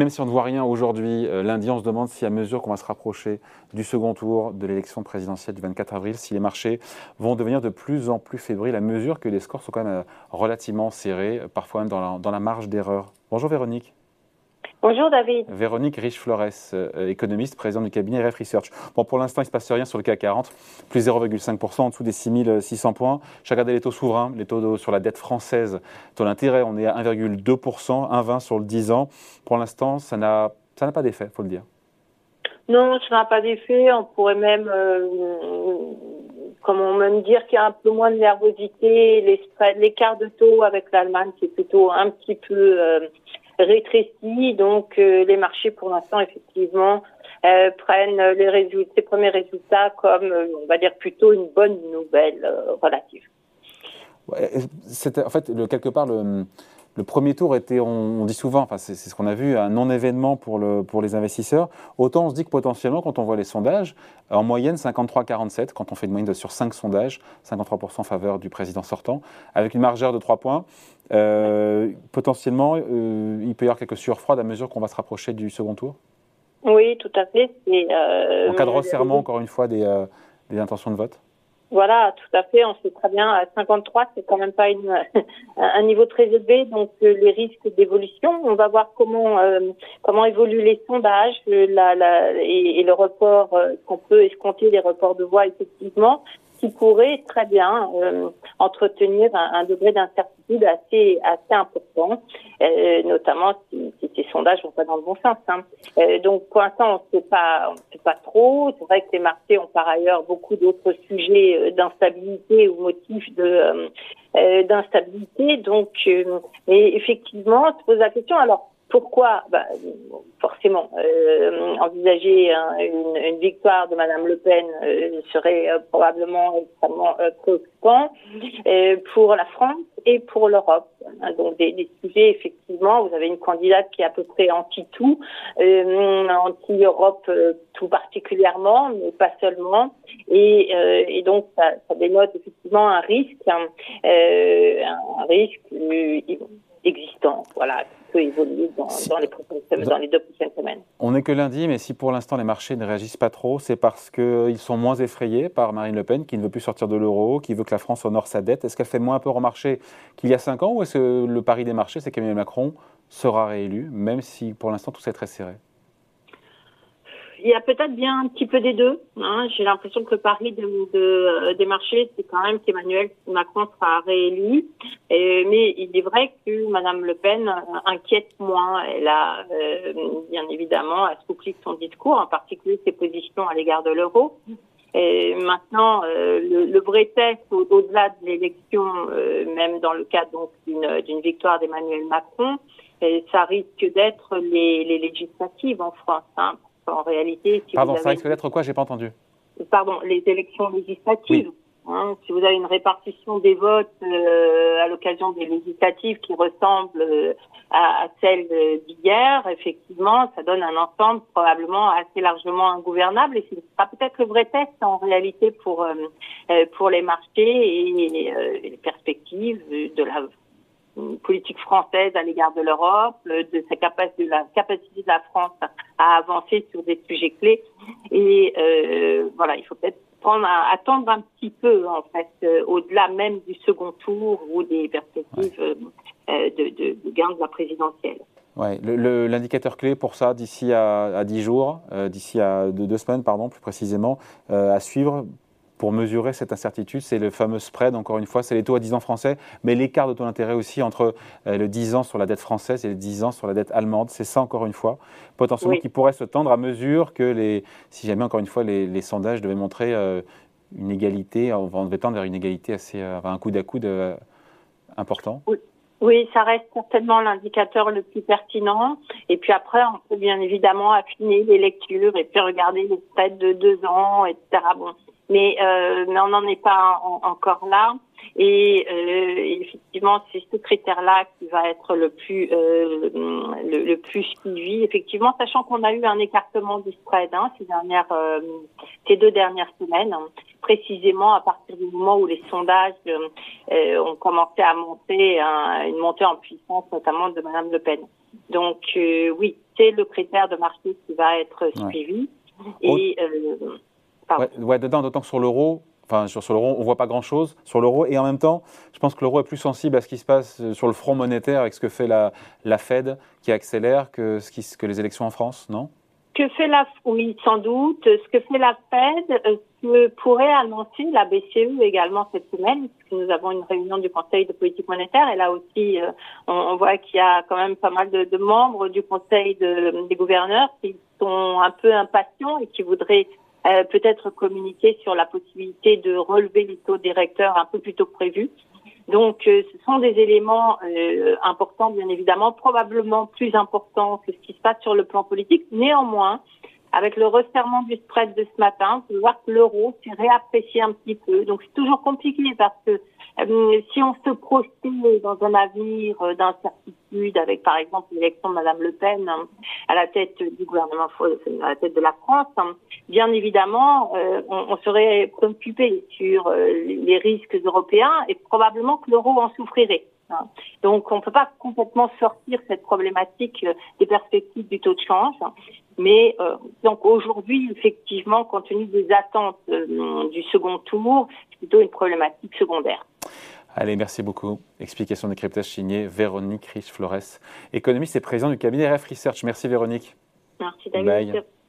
même si on ne voit rien aujourd'hui, lundi, on se demande si à mesure qu'on va se rapprocher du second tour de l'élection présidentielle du 24 avril, si les marchés vont devenir de plus en plus fébriles à mesure que les scores sont quand même relativement serrés, parfois même dans la marge d'erreur. Bonjour Véronique. Bonjour David. Véronique Riche-Flores, économiste, présidente du cabinet RF Research. Bon, pour l'instant, il ne se passe rien sur le CAC 40, plus 0,5% en dessous des 6600 points. J'ai regardé les taux souverains, les taux sur la dette française, taux d'intérêt, on est à 1,2%, 1,20 sur le 10 ans. Pour l'instant, ça n'a pas d'effet, il faut le dire. Non, ça n'a pas d'effet. On pourrait même, même dire qu'il y a un peu moins de nervosité. L'écart de taux avec l'Allemagne, c'est plutôt un petit peu rétréci. Donc, les marchés, pour l'instant, effectivement, prennent ces premiers résultats comme, on va dire, plutôt une bonne nouvelle relative. Ouais, en fait, quelque part, le premier tour était, on dit souvent, enfin c'est ce qu'on a vu, un non-événement pour les investisseurs. Autant on se dit que potentiellement, quand on voit les sondages, en moyenne 53-47, quand on fait une moyenne sur 5 sondages, 53% en faveur du président sortant, avec une margeur de 3 points, potentiellement, il peut y avoir quelques sueurs froides à mesure qu'on va se rapprocher du second tour. Oui, tout à fait. En cas de resserrement, encore une fois, des intentions de vote. Voilà, tout à fait. On sait très bien, à 53, c'est quand même pas un niveau très élevé, donc les risques d'évolution. On va voir comment évoluent les sondages, et le report qu'on peut escompter, les reports de voix effectivement, qui pourraient très bien entretenir un degré d'incertitude assez important, notamment si ces sondages vont pas dans le bon sens. Donc pour l'instant, on sait pas trop. C'est vrai que les marchés ont par ailleurs beaucoup d'autres sujets d'instabilité ou motifs d'instabilité. Donc, et effectivement, on se pose la question. Alors pourquoi forcément, envisager une victoire de Madame Le Pen serait probablement extrêmement préoccupant pour la France et pour l'Europe. Donc des sujets, effectivement, vous avez une candidate qui est à peu près anti-tout, anti-Europe tout particulièrement, mais pas seulement. Et donc ça dénote effectivement un risque existant, voilà, qui peut évoluer dans les 2 prochaines semaines. On n'est que lundi, mais si pour l'instant les marchés ne réagissent pas trop, c'est parce qu'ils sont moins effrayés par Marine Le Pen, qui ne veut plus sortir de l'euro, qui veut que la France honore sa dette. Est-ce qu'elle fait moins peur au marché qu'il y a 5 ans, ou est-ce que le pari des marchés, c'est qu'Emmanuel Macron sera réélu, même si pour l'instant tout ça est très serré? Il y a peut-être bien un petit peu des deux. J'ai l'impression que le pari des marchés, c'est quand même qu'Emmanuel Macron sera réélu. Mais il est vrai que Madame Le Pen inquiète moins. Elle a bien évidemment assoupli son discours, en particulier ses positions à l'égard de l'euro. Et maintenant, le vrai test, au-delà de l'élection, même dans le cadre donc d'une victoire d'Emmanuel Macron, ça risque d'être les législatives en France. En réalité, Pardon, ça risque d'être quoi? J'ai pas entendu. Pardon, les élections législatives. Oui. Si vous avez une répartition des votes à l'occasion des législatives qui ressemble à celle d'hier, effectivement, ça donne un ensemble probablement assez largement ingouvernable, et ce sera peut-être le vrai test en réalité pour les marchés et les perspectives de la politique française à l'égard de l'Europe, de la capacité de la France à avancer sur des sujets clés. Et voilà, il faut peut-être attendre un petit peu, en fait, au-delà même du second tour ou des perspectives de gain de la présidentielle. Ouais, l'indicateur clé pour ça, d'ici à 10 jours, d'ici à 2 semaines, pardon, plus précisément, à suivre pour mesurer cette incertitude, c'est le fameux spread, encore une fois, c'est les taux à 10 ans français, mais l'écart de taux d'intérêt aussi entre le 10 ans sur la dette française et le 10 ans sur la dette allemande. C'est ça, encore une fois, potentiellement, qui pourrait se tendre à mesure que si jamais, encore une fois, les sondages devaient montrer une égalité, on devait tendre vers une égalité un coude à coude important. Oui, ça reste certainement l'indicateur le plus pertinent. Et puis après, on peut bien évidemment affiner les lectures et puis regarder les spreads de 2 ans, etc. Bon, mais on n'en est pas encore là. Et effectivement, c'est ce critère-là qui va être le plus suivi. Effectivement, sachant qu'on a eu un écartement du spread ces 2 dernières semaines, précisément à partir du moment où les sondages ont commencé à monter, une montée en puissance, notamment de Madame Le Pen. Donc oui, c'est le critère de marché qui va être suivi. Et d'autant que sur l'euro. Enfin, sur l'euro, on ne voit pas grand-chose sur l'euro. Et en même temps, je pense que l'euro est plus sensible à ce qui se passe sur le front monétaire avec ce que fait la Fed, qui accélère, que les élections en France, non ? Oui, sans doute. Ce que fait la Fed, ce que pourrait annoncer la BCE également cette semaine, puisque nous avons une réunion du Conseil de politique monétaire. Et là aussi, on voit qu'il y a quand même pas mal de membres du Conseil des gouverneurs qui sont un peu impatients et qui voudraient peut-être communiquer sur la possibilité de relever les taux directeurs un peu plus tôt que prévu. Donc, ce sont des éléments importants, bien évidemment, probablement plus importants que ce qui se passe sur le plan politique. Néanmoins, avec le resserrement du spread de ce matin, on peut voir que l'euro s'est réapprécié un petit peu. Donc, c'est toujours compliqué parce que si on se projette dans un avenir d'incertitude avec, par exemple, l'élection de Madame Le Pen à la tête du gouvernement, à la tête de la France, bien évidemment, on serait préoccupé sur les risques européens et probablement que l'euro en souffrirait. Donc, on ne peut pas complètement sortir cette problématique des perspectives du taux de change. Mais donc aujourd'hui, effectivement, compte tenu des attentes du second tour, c'est plutôt une problématique secondaire. Allez, merci beaucoup. Explication de décryptage signée Véronique Riche-Flores, économiste et présidente du cabinet RF Research. Merci Véronique. Merci David. Bye.